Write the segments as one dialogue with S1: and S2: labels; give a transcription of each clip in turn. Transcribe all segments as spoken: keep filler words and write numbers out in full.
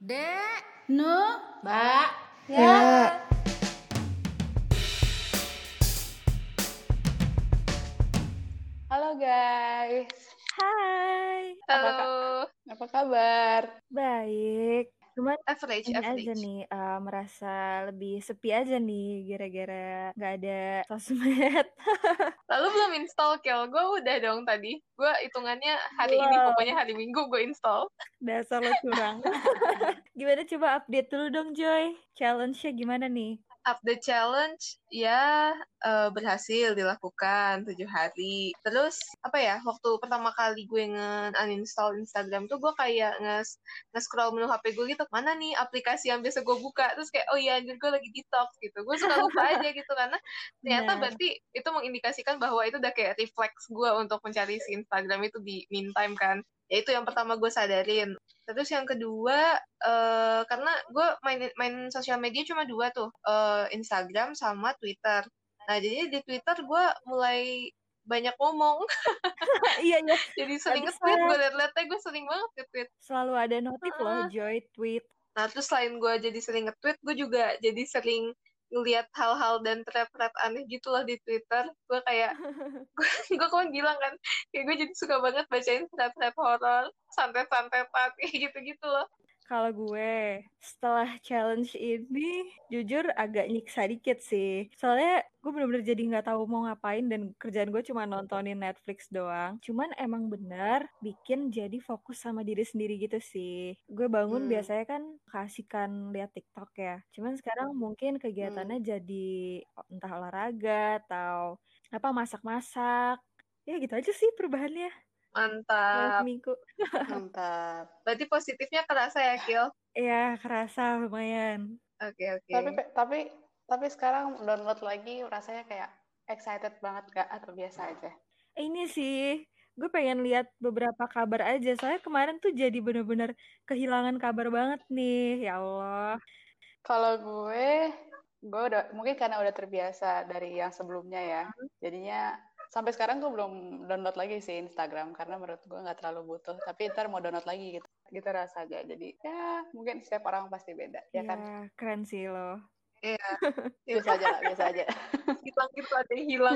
S1: Dek,
S2: No,
S1: Mbak.
S2: ya.
S3: Halo guys,
S2: Hai,
S3: Apa
S4: Halo,
S3: ka- apa kabar?
S2: baik. Cuman
S4: average,
S2: ini aja
S4: average.
S2: nih, uh, merasa lebih sepi aja nih, gara-gara nggak ada sosmed.
S4: Lalu belum install, Kel? Gue udah dong tadi. Gue hitungannya hari ini,
S2: Belum.
S4: pokoknya hari Minggu gue install.
S2: Dasar lo curang. Gimana, coba update dulu dong, Joy. Challenge-nya gimana nih?
S4: Update challenge, ya eh, berhasil dilakukan tujuh hari. Terus, apa ya, waktu pertama kali gue nge-uninstall Instagram tuh gue kayak nge- nge-scroll menu H P gue gitu, mana nih aplikasi yang biasa gue buka. Terus kayak, oh iya, anjir gue lagi detox gitu. Gue suka lupa aja gitu, karena ternyata
S2: Benar.
S4: berarti itu mengindikasikan bahwa itu udah kayak refleks gue untuk mencari si Instagram itu di meantime kan. Ya itu yang pertama gue sadarin. Terus yang kedua, eh, karena gue main main sosial media cuma dua tuh, eh, Instagram sama Twitter. Nah jadi di Twitter gue mulai banyak ngomong,
S2: Iya, iya.
S4: jadi sering
S2: Pantesan.
S4: nge-tweet, gue liat-liatnya gue sering banget nge-tweet.
S2: Selalu ada notif loh,
S4: Heeh.
S2: Joy tweet.
S4: Nah terus selain gue jadi sering nge-tweet, gue juga jadi sering ngeliat hal-hal dan thread-thread aneh gitu loh di Twitter. Gue kayak, gue kan bilang kan, kayak gue jadi suka banget bacain thread-thread horor, santet-santetan, kayak gitu-gitu loh.
S2: Kalau gue setelah challenge ini jujur agak nyiksa dikit sih. Soalnya gue bener-bener jadi nggak tahu mau ngapain dan kerjaan gue cuma nontonin Netflix doang. Cuman emang bener bikin jadi fokus sama diri sendiri gitu sih. Gue bangun
S3: Hmm.
S2: biasanya kan kasihkan lihat TikTok ya. Cuman sekarang mungkin kegiatannya jadi entah olahraga atau apa masak-masak. Ya gitu aja sih perubahannya dalam
S4: Mantap.
S2: seminggu.
S3: Mantap.
S4: Berarti positifnya kerasa ya, Kil?
S2: Ya kerasa lumayan.
S4: Oke, oke.
S3: Tapi tapi tapi sekarang download lagi rasanya kayak excited banget gak atau biasa aja?
S2: Ini sih, gue pengen lihat beberapa kabar aja. Soalnya kemarin tuh jadi bener-bener kehilangan kabar banget nih. Ya Allah.
S3: Kalau gue, gue udah mungkin karena udah terbiasa dari yang sebelumnya ya. Jadinya sampai sekarang gue belum download lagi sih Instagram karena menurut gue nggak terlalu butuh. Tapi ntar mau download lagi gitu, gitu rasanya. Jadi ya mungkin setiap orang pasti beda, ya kan?
S2: Ya, keren sih lo.
S4: Iya.
S3: Biasa aja lah, biasa aja.
S4: Hilang gitu, ada yang hilang.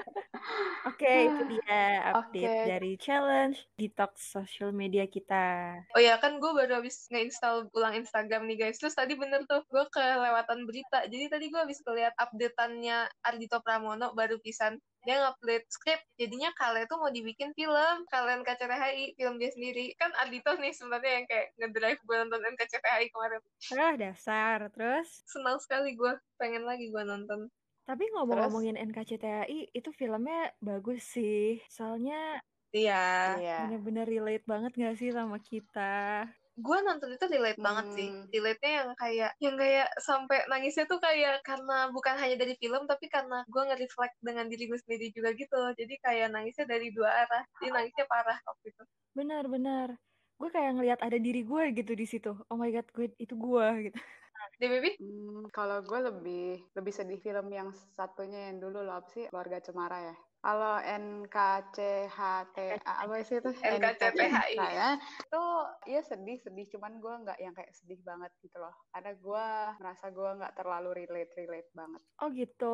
S2: Oke, itu dia update
S3: Oke.
S2: dari challenge detox social media kita.
S4: Oh ya, kan gue baru habis nge-install ulang Instagram nih, guys. Terus tadi bener tuh, gue kelewatan berita. Jadi tadi gue habis ngeliat update-annya Ardhito Pramono, baru pisan. Dia nge-upload skrip. Jadinya Kale tuh mau dibikin film. Kalian K C T H I, film dia sendiri. Kan Ardhito nih sebenarnya yang kayak ngedrive gue nonton N K C T H I kemarin.
S2: Ah, dasar. Terus,
S4: Senang sekali gue. Pengen lagi gue nonton.
S2: tapi ngomong-ngomongin N K C T H I, itu filmnya bagus sih. Soalnya
S4: Iya.
S3: Iya.
S2: bener-bener relate banget gak sih sama kita?
S4: Gue nonton itu relate banget sih.
S3: Hmm.
S4: Relate-nya yang kayak yang kayak sampai nangisnya tuh kayak karena bukan hanya dari film tapi karena gue nge-reflect dengan diri gue sendiri juga gitu. Jadi kayak nangisnya dari dua arah. Jadi nangisnya parah waktu itu.
S2: Benar-benar. Gue kayak ngelihat ada diri gue gitu di situ. Oh my god, gue itu gue gitu.
S4: Deh, baby?
S3: Hmm, kalau gue lebih lebih sedih film yang satunya yang dulu loh, apa sih, Keluarga Cemara ya. Kalau N K C H T A apa sih itu?
S4: N K C T H I.
S3: Ya. Itu ya sedih-sedih, cuman gue nggak yang kayak sedih banget gitu loh. Karena gue merasa gue nggak terlalu relate-relate banget.
S2: Oh gitu.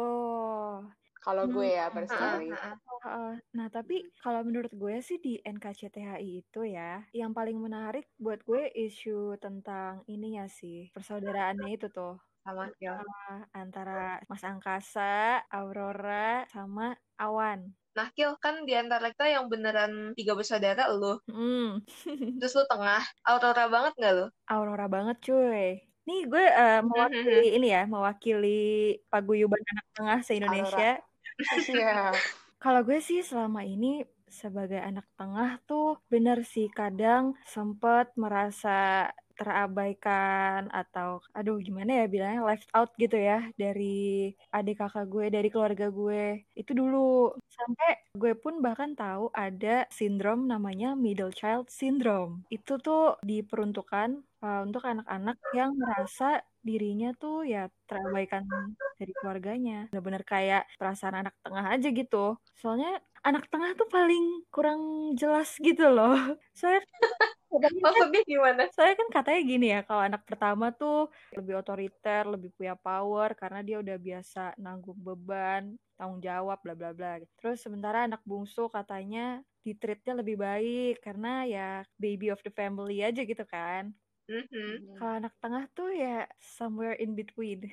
S3: Kalau gue ya
S2: Hmm.
S3: personally.
S2: Uh, nah tapi kalau menurut gue sih di N K C T H I itu ya, yang paling menarik buat gue isu tentang ininya sih, persaudaraannya itu tuh.
S4: Sama ya.
S2: Uh, antara Mas Angkasa, Aurora, sama Awan.
S4: Nah, Kil, kan di antara kita yang beneran tiga bersaudara lu.
S2: Hmm.
S4: Terus lu tengah. Aurora banget gak lu?
S2: Aurora banget cuy. Nih gue uh, mewakili ini ya, mewakili paguyuban anak tengah se-Indonesia.
S3: Iya.
S2: Kalau gue sih selama ini sebagai anak tengah tuh bener sih kadang sempet merasa terabaikan atau aduh gimana ya bilangnya left out gitu ya dari adik kakak gue, dari keluarga gue. Itu dulu sampai gue pun bahkan tahu ada sindrom namanya middle child syndrome. Itu tuh diperuntukkan uh, untuk anak-anak yang merasa dirinya tuh ya terabaikan dari keluarganya. Bener-bener kayak perasaan anak tengah aja gitu. Soalnya anak tengah tuh paling kurang jelas gitu loh. Soalnya Katanya kan,
S4: Maksudnya gimana?
S2: soalnya kan katanya gini ya, kalau anak pertama tuh lebih otoriter, lebih punya power karena dia udah biasa nanggung beban, tanggung jawab, bla bla bla. Terus sementara anak bungsu katanya di-treatnya lebih baik karena ya baby of the family aja gitu kan.
S4: Mhm.
S2: Kalau anak tengah tuh ya somewhere in between.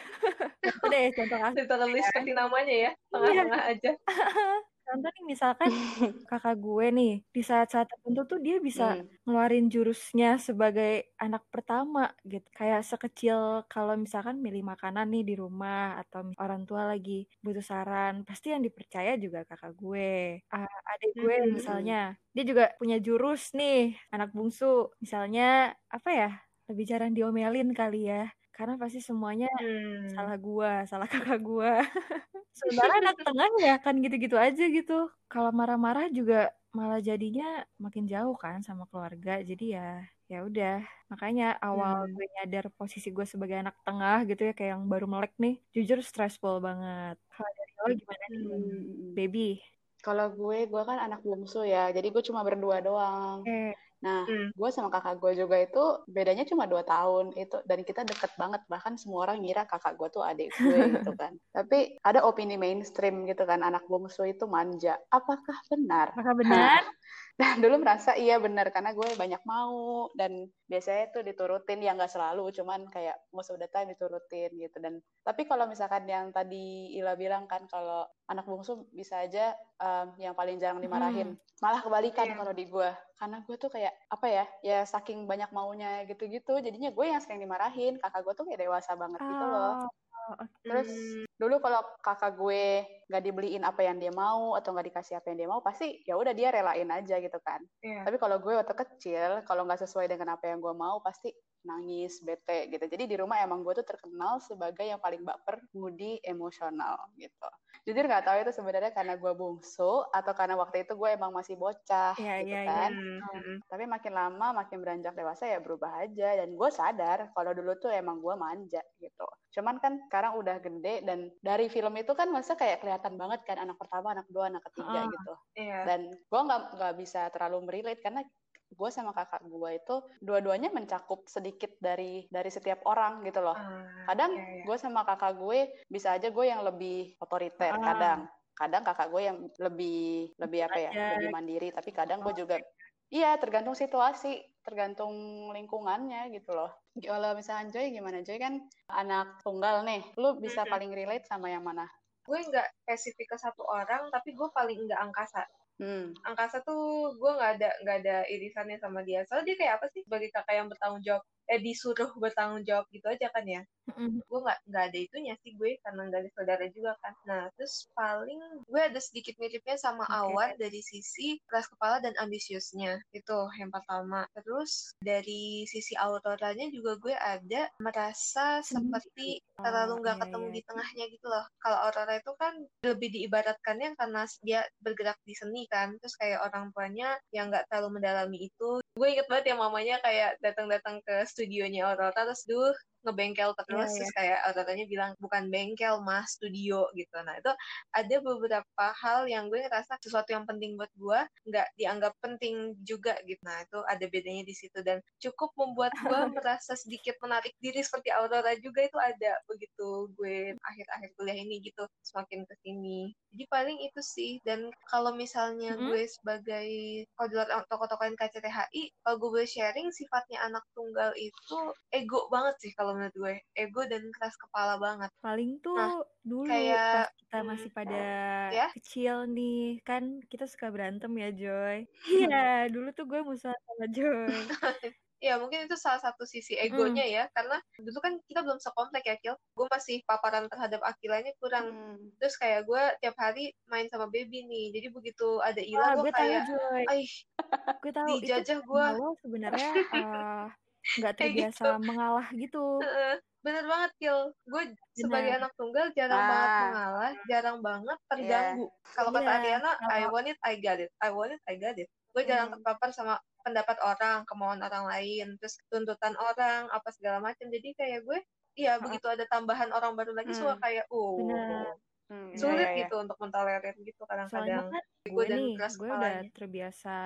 S2: Contoh deh, contoh kasus
S4: Literally
S2: ya.
S4: seperti namanya ya,
S2: Iya.
S4: tengah-tengah aja.
S2: Contoh nih misalkan kakak gue nih, di saat-saat tertentu tuh dia bisa
S3: Hmm.
S2: ngeluarin jurusnya sebagai anak pertama gitu. Kayak sekecil kalau misalkan milih makanan nih di rumah atau orang tua lagi butuh saran, pasti yang dipercaya juga kakak gue. Ah, adik gue
S4: Mhm.
S2: misalnya, dia juga punya jurus nih, anak bungsu. Misalnya apa ya? Lebih jarang diomelin kali ya. Karena pasti semuanya
S4: Hmm.
S2: salah gua, salah kakak gua. Sementara anak tengah ya kan gitu-gitu aja gitu. Kalau marah-marah juga malah jadinya makin jauh kan sama keluarga. Jadi ya ya udah. Makanya awal
S4: Hmm.
S2: gue nyadar posisi gue sebagai anak tengah gitu ya, kayak yang baru melek nih, jujur stressful banget. Kalau dari lo gimana nih,
S3: Hmm.
S2: baby?
S3: Kalau gue, gue kan anak bungsu ya, jadi gue cuma berdua doang.
S2: Eh,
S3: Nah,
S4: Hmm.
S3: gue sama kakak gue juga itu bedanya cuma dua tahun itu, dan kita deket banget. Bahkan semua orang ngira kakak gue tuh adik gue gitu kan. Tapi ada opini mainstream gitu kan, anak bungsu itu manja. Apakah benar?
S2: apakah benar?
S3: Dan dulu merasa iya benar karena gue banyak mau dan biasanya tuh diturutin, ya nggak selalu, cuman kayak most of the time diturutin gitu. Dan tapi kalau misalkan yang tadi Ila bilang kan, kalau anak bungsu bisa aja um, yang paling jarang dimarahin,
S2: Mm.
S3: malah kebalikan
S4: Iya.
S3: kalau di gue, karena gue tuh kayak apa ya ya saking banyak maunya gitu-gitu, jadinya gue yang sering dimarahin, kakak gue tuh kayak dewasa banget gitu loh.
S2: Oh, oke.
S3: Terus dulu kalau kakak gue nggak dibeliin apa yang dia mau atau nggak dikasih apa yang dia mau, pasti ya udah dia relain aja gitu kan.
S4: Iya.
S3: Tapi kalau gue waktu kecil, kalau nggak sesuai dengan apa yang gue mau, pasti nangis, bete gitu. Jadi di rumah emang gue tuh terkenal sebagai yang paling baper, moody, emosional gitu. Jujur nggak tahu itu sebenarnya karena gue bungsu atau karena waktu itu gue emang masih bocah
S2: Iya,
S3: gitu
S2: iya, iya.
S3: kan.
S4: Hmm.
S3: Tapi makin lama, makin beranjak dewasa ya berubah aja. Dan gue sadar kalau dulu tuh emang gue manja gitu. Cuman kan sekarang udah gede, dan dari film itu kan masa kayak kelihatan banget kan anak pertama, anak kedua, anak ketiga
S2: Ah,
S3: gitu.
S4: Iya.
S3: Dan gue nggak nggak bisa terlalu merelate karena gue sama kakak gue itu dua-duanya mencakup sedikit dari dari setiap orang gitu loh.
S4: Ah,
S3: Kadang
S4: iya, iya.
S3: gue sama kakak gue bisa aja gue yang lebih otoriter,
S2: Ah.
S3: kadang kadang kakak gue yang lebih lebih apa ya
S2: Aja.
S3: lebih mandiri, tapi kadang gue juga iya tergantung situasi, tergantung lingkungannya gitu loh. Kalau misalnya Joy gimana? Joy kan anak tunggal nih, lu bisa
S4: Mhm.
S3: paling relate sama yang mana?
S4: Gue nggak spesifik ke satu orang, tapi gue paling nggak angkasa.
S3: Hmm.
S4: Angkasa tuh gue nggak ada nggak ada irisannya sama dia. Soalnya dia kayak apa sih, sebagai kakak yang bertanggung jawab, eh disuruh bertanggung jawab gitu aja kan ya.
S2: Mm-mm.
S4: Gue nggak nggak ada itunya sih, gue karena nggak ada saudara juga kan. Nah terus paling gue ada sedikit miripnya sama
S2: Oke.
S4: Awan dari sisi keras kepala dan ambisiusnya, itu yang pertama. Terus dari sisi auroranya juga gue ada merasa
S2: Sendiri.
S4: seperti
S2: Oh,
S4: terlalu nggak
S2: iya,
S4: ketemu
S2: iya.
S4: di tengahnya gitu loh. Kalau aurora itu kan lebih diibaratkannya karena dia bergerak di seni kan, terus kayak orang tuanya yang nggak terlalu mendalami itu. Gue inget banget ya mamanya kayak datang-datang ke studionya Aurora, terus duh ngebengkel terus,
S2: Iya,
S4: terus
S2: iya.
S4: kayak Auroranya bilang bukan bengkel mas, studio gitu. Nah itu ada beberapa hal yang gue ngerasa sesuatu yang penting buat gue nggak dianggap penting juga gitu. Nah itu ada bedanya di situ, dan cukup membuat gue merasa sedikit menarik diri seperti Aurora juga, itu ada begitu gue akhir-akhir kuliah ini gitu, semakin kesini. Jadi paling itu sih. Dan kalau misalnya
S2: Mm-mm.
S4: gue sebagai kalau di luar tokoh-tokoh N K C T H I, kalau gue boleh sharing, sifatnya anak tunggal itu ego banget sih kalau menurut gue, ego dan keras kepala banget.
S2: Paling tuh
S4: Nah
S2: dulu
S4: kayak
S2: pas kita
S4: hmm,
S2: masih pada
S4: ya
S2: kecil nih, kan kita suka berantem ya, Joy. Iya, dulu tuh gue musuhan sama Joy.
S4: ya mungkin itu salah satu sisi egonya
S2: Mm.
S4: ya, karena dulu kan kita belum sekomplek ya Kil, gue masih paparan terhadap Akilanya kurang.
S3: Hmm.
S4: Terus kayak gue tiap hari main sama baby nih, jadi begitu ada Ila
S2: Wah,
S4: gue
S2: gue tahu,
S4: kayak
S2: Joy.
S4: aih
S2: Gue tahu itu
S4: dijajah gue
S2: karena lo sebenarnya uh, nggak
S4: kayak
S2: terbiasa
S4: gitu.
S2: mengalah gitu.
S4: Heeh, bener banget Kil, gue sebagai
S2: Benar.
S4: anak tunggal jarang banget
S3: Ah,
S4: mengalah, jarang banget
S3: iya.
S4: terganggu. Kalau kata
S2: Iya,
S4: Ariana, I
S2: kalau
S4: want it, I got it. I want it, I got it. Gue jarang
S3: Hmm.
S4: terpapar sama pendapat orang, kemauan orang lain, terus tuntutan orang, apa segala macam. Jadi kayak gue, iya
S2: uh,
S4: begitu ada tambahan orang baru lagi, suka
S3: Hmm.
S4: kayak,
S2: benar.
S4: oh,
S3: Hmm. Iya,
S4: sulit
S3: iya, iya.
S4: gitu untuk mentolerir gitu
S2: Soalnya
S4: kadang-kadang.
S2: kan
S4: Ego
S2: gue
S4: dan
S2: nih,
S4: keras
S2: gue udah
S4: kepalanya.
S2: terbiasa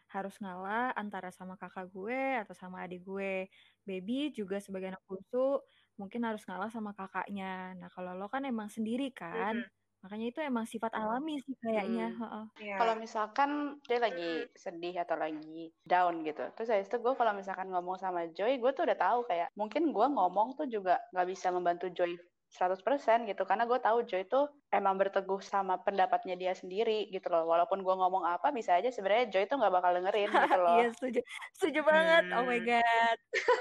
S2: harus ngalah antara sama kakak gue atau sama adik gue. Baby juga sebagai anak bungsu mungkin harus ngalah sama kakaknya. Nah, kalau lo kan emang sendiri kan,
S4: Mhm.
S2: makanya itu emang sifat alami sih kayaknya.
S3: Hmm.
S2: Heeh.
S4: Iya.
S3: Kalau misalkan dia lagi sedih atau lagi down gitu, terus habis itu gue kalau misalkan ngomong sama Joy, gue tuh udah tahu kayak mungkin gue ngomong tuh juga nggak bisa membantu Joy seratus persen gitu, karena gue tahu Joy tuh emang berteguh sama pendapatnya dia sendiri gitu loh. Walaupun gue ngomong apa, bisa aja sebenarnya Joy tuh nggak bakal dengerin gitu loh.
S2: Iya, setuju. Setuju banget. Oh my
S4: Hmm.
S2: God.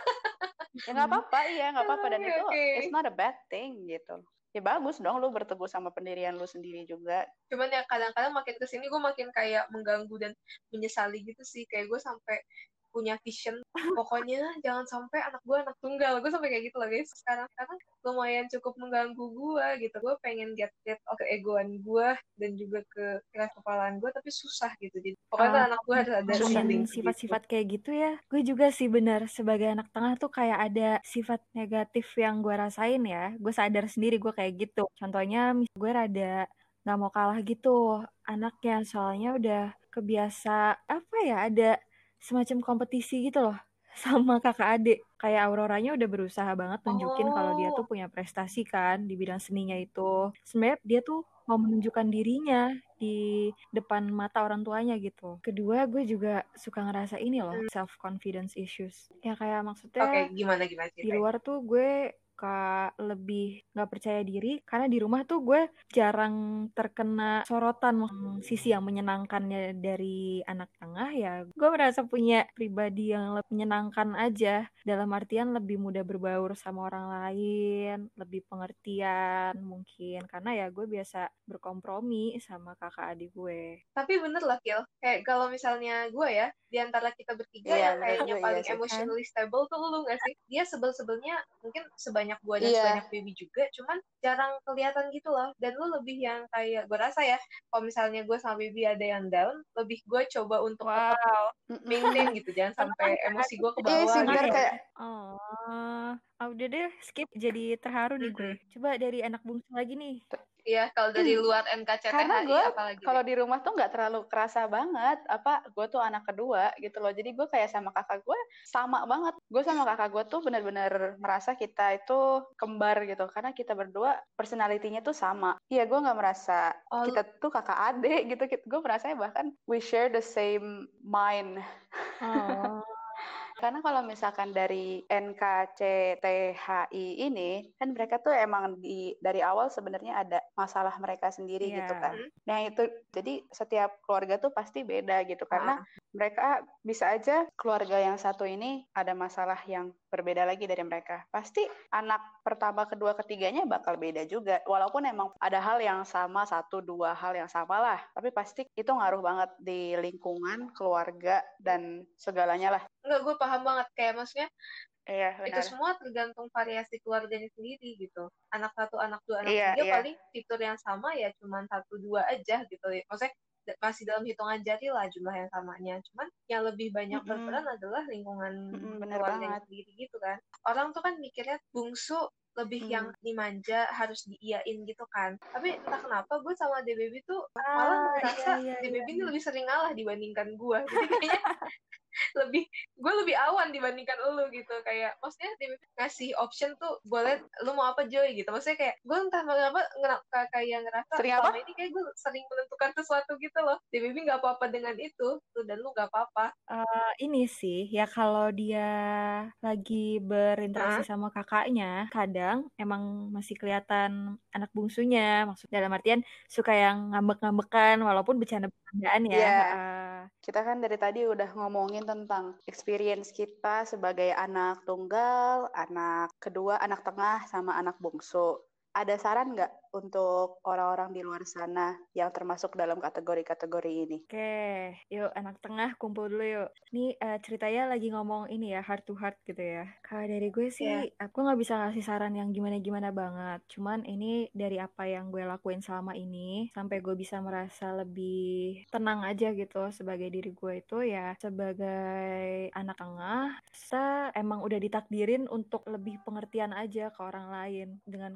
S3: Ya nggak apa-apa, iya nggak apa-apa, dan
S4: Oke,
S3: itu
S4: oke.
S3: it's not a bad thing gitu. Ya bagus dong lu berteguh sama pendirian lu sendiri juga.
S4: Cuman ya kadang-kadang makin kesini gue makin kayak mengganggu dan menyesali gitu sih. Kayak gue sampai punya vision, pokoknya jangan sampai anak gue anak tunggal. Gue sampai kayak gitu lah guys. Sekarang sekarang lumayan cukup mengganggu gue gitu. Gue pengen get rid of keegoan gue dan juga ke keras kepalaan gue, tapi susah gitu. Jadi pokoknya tuh
S2: Ah,
S4: anak gue harus ada
S3: Susah.
S2: ngomongin
S4: healing gitu.
S2: sifat-sifat kayak gitu ya, gue juga sih benar sebagai anak tengah tuh kayak ada sifat negatif yang gue rasain ya. Gue sadar sendiri gue kayak gitu. Contohnya mis- gue rada nggak mau kalah gitu anaknya, soalnya udah kebiasa apa ya, ada semacam kompetisi gitu loh sama kakak adik. Kayak Auroranya udah berusaha banget nunjukin kalau dia tuh
S4: Oh,
S2: punya prestasi kan di bidang seninya itu. Sebenarnya dia tuh mau menunjukkan dirinya di depan mata orang tuanya gitu. Kedua, gue juga suka ngerasa ini loh, self confidence issues. Ya kayak
S4: oke,
S2: maksudnya
S4: gimana gimana
S2: di
S4: ceritanya?
S2: luar tuh gue kak lebih nggak percaya diri karena di rumah tuh gue jarang terkena sorotan mm, sisi yang menyenangkannya dari anak tengah. Ya gue merasa punya pribadi yang lebih menyenangkan aja, dalam artian lebih mudah berbaur sama orang lain, lebih pengertian mungkin karena ya gue biasa berkompromi sama kakak adik gue.
S4: Tapi bener lah, Kil. Kayak kalau misalnya gue ya, di antara kita bertiga
S3: Iya,
S4: yang
S3: menurut
S4: kayaknya
S3: gue iya
S4: paling
S3: sih.
S2: Kan?
S4: emotionally stable tuh lu gak sih? Dia sebel-sebelnya mungkin sebanyak gue dan
S3: Iya,
S4: sebanyak baby juga, cuman jarang kelihatan gitu loh. Dan lu lebih yang kayak, gue rasa ya, kalau misalnya gue sama baby ada yang down, lebih gue coba untuk tetap
S2: Wow,
S4: maintain
S3: mm-mm.
S4: gitu. Jangan
S2: tenang
S4: sampai
S2: kan?
S4: emosi gue ke
S3: Iya
S4: bawah
S3: sih
S2: Tengah
S3: benar
S4: gitu.
S2: ya?
S3: kayak
S2: Oh, ah, udah deh, skip. Jadi terharu nih gue.
S4: Mm-mm.
S2: Coba dari anak bungsu lagi nih.
S4: Iya, kalau dari luar
S3: karena
S4: N K C T H I
S3: gue
S4: apalagi
S3: kalau
S4: deh?
S3: di rumah tuh nggak terlalu kerasa banget apa gue tuh anak kedua gitu loh, jadi gue kayak sama kakak gue sama banget. Gue sama kakak gue tuh benar-benar merasa kita itu kembar gitu karena kita berdua personalitinya tuh sama. Iya, gue nggak merasa
S4: Oh,
S3: kita tuh kakak adik gitu. Gue merasa bahkan we share the same mind.
S2: Oh,
S3: Karena kalau misalkan dari N K C T H I ini, kan mereka tuh emang di dari awal sebenarnya ada masalah mereka sendiri gitu kan.
S2: iya.
S3: Nah itu, jadi setiap keluarga tuh pasti beda gitu. Karena
S4: ah,
S3: mereka bisa aja keluarga yang satu ini ada masalah yang berbeda lagi dari mereka. Pasti anak pertama, kedua, ketiganya bakal beda juga. Walaupun emang ada hal yang sama, satu, dua hal yang sama lah. Tapi pasti itu ngaruh banget di lingkungan, keluarga, dan segalanya lah.
S4: enggak, gue paham banget. Kayak maksudnya,
S3: Iya,
S4: itu
S3: benar.
S4: semua tergantung variasi keluarganya sendiri gitu. Anak satu, anak dua, anak
S3: Iya,
S4: tiga
S3: iya.
S4: paling fitur yang sama ya cuma satu dua aja gitu. Maksudnya da- masih dalam hitungan jari lah jumlah yang samanya. Cuman yang lebih banyak
S3: Mm-mm.
S4: berperan adalah lingkungan
S3: Mm-mm, bener
S4: keluarganya
S3: banget.
S4: sendiri gitu kan. Orang tuh kan mikirnya bungsu lebih yang
S3: Mm.
S4: dimanja, harus diiyain gitu kan. Tapi entah kenapa gue sama The Baby tuh malah
S2: Ah, iya,
S4: ngerasa
S2: iya,
S4: The
S2: iya.
S4: Baby ini lebih sering ngalah dibandingkan gue. Jadi kayaknya lebih gue lebih awan dibandingkan lu gitu. Kayak maksudnya dia ngasih option tuh, boleh lu mau apa Joy gitu, maksudnya kayak gue entah kenapa ngera- kayak ngerasa
S3: Sering apa?
S4: selama ini kayak gue sering menentukan sesuatu gitu loh. Dia baby nggak apa-apa dengan itu tuh, dan lu nggak apa-apa.
S2: Eh, ini sih, ya kalau dia lagi berinteraksi
S4: Hah?
S2: sama kakaknya, kadang emang masih kelihatan anak bungsunya. Maksud dalam artian suka yang ngambek-ngambekan, walaupun bercanda-bercandaan ya.
S3: Iya,
S2: Heeh.
S3: kita kan dari tadi udah ngomongin tentang experience kita sebagai anak tunggal, anak kedua, anak tengah, sama anak bungsu. Ada saran nggak untuk orang-orang di luar sana yang termasuk dalam kategori-kategori ini?
S2: Oke, yuk anak tengah kumpul dulu yuk. Ini eh, ceritanya lagi ngomong ini ya, heart to heart gitu ya. Kalau dari gue
S4: Ya.
S2: sih, aku nggak bisa ngasih saran yang gimana-gimana banget. Cuman ini dari apa yang gue lakuin selama ini, sampai gue bisa merasa lebih tenang aja gitu sebagai diri gue itu ya, sebagai anak tengah, saya emang udah ditakdirin untuk lebih pengertian aja ke orang lain. Dengan kayak gitu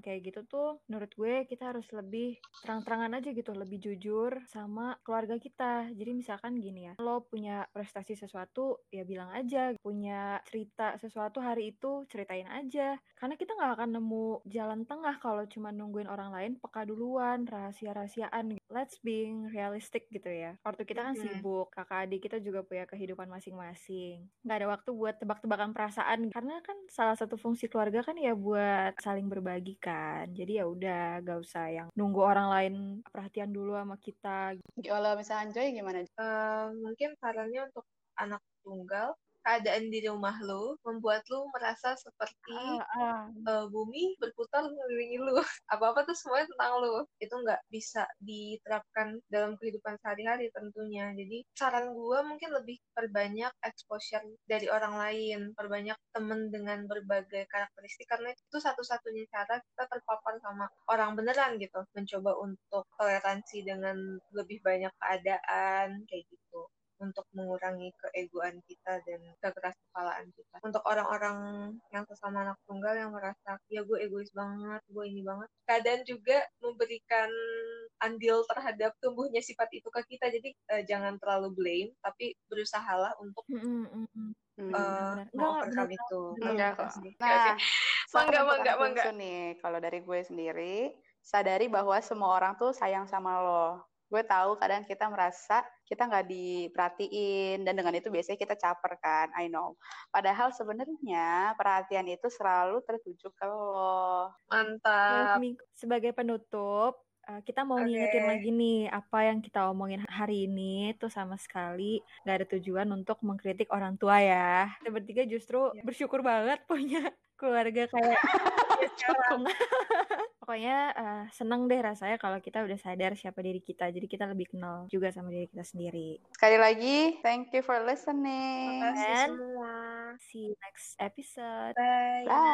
S2: tuh menurut gue kita harus lebih terang-terangan aja gitu, lebih jujur sama keluarga kita. Jadi misalkan gini ya, lo punya prestasi sesuatu ya bilang aja, punya cerita sesuatu hari itu ceritain aja. Karena kita nggak akan nemu jalan tengah kalau cuma nungguin orang lain peka duluan, rahasia-rahasiaan. Let's being realistic gitu ya. Waktu kita kan
S4: Mm-mm.
S2: sibuk, kakak adik kita juga punya kehidupan masing-masing. Nggak ada waktu buat tebak-tebakan perasaan. Karena kan salah satu fungsi keluarga kan ya buat saling berbagi kan. Jadi ya udah, gak usah yang nunggu orang lain perhatian dulu sama kita.
S3: Kalau misalnya Joy gimana?
S4: Eh, mungkin sarannya untuk anak tunggal, keadaan di rumah lu membuat lu merasa seperti
S2: Ah, ah.
S4: eh, bumi berputar mengelilingi lu. Apa-apa tuh semuanya tentang lu. Itu nggak bisa diterapkan dalam kehidupan sehari-hari tentunya. Jadi saran gue mungkin lebih perbanyak exposure dari orang lain, perbanyak temen dengan berbagai karakteristik, karena itu satu-satunya cara kita terpapar sama orang beneran gitu. Mencoba untuk toleransi dengan lebih banyak keadaan, kayak gitu. Untuk mengurangi keegoan kita dan kekeraskepalaan kita. Untuk orang-orang yang sesama anak tunggal yang merasa, ya gue egois banget, gue ini banget, kadang juga memberikan andil terhadap tumbuhnya sifat itu ke kita. Jadi eh, jangan terlalu blame, tapi berusahalah untuk
S2: Mm, mm, mm.
S3: Hmm.
S4: eh,
S2: Benar-benar. Enggak, enggak,
S4: me-overcome
S2: benar.
S4: itu.
S3: Enggak
S4: Gitu
S3: kok.
S4: sih. Oke,
S3: Nah,
S4: oke.
S3: saran
S4: Mangga,
S3: untuk
S4: mangga,
S3: anak
S4: mangga.
S3: bungsu nih, kalau dari gue sendiri, sadari bahwa semua orang tuh sayang sama lo. Gue tahu kadang kita merasa kita nggak diperhatiin, dan dengan itu biasanya kita caper kan, I know. Padahal sebenarnya perhatian itu selalu tertuju ke lo.
S4: Mantap.
S2: Resmi. Sebagai penutup, eh, kita mau
S4: Oke.
S2: ngingetin lagi nih, apa yang kita omongin hari ini tuh sama sekali gak ada tujuan untuk mengkritik orang tua ya. Kita bertiga justru
S4: Ya.
S2: bersyukur banget punya keluarga kayak sekarang. Pokoknya eh, seneng deh rasanya kalau kita udah sadar siapa diri kita. Jadi kita lebih kenal juga sama diri kita sendiri.
S3: Sekali lagi, thank you for listening.
S4: Makasih
S2: And
S4: semua.
S2: see you next episode.
S4: Bye.
S3: Bye.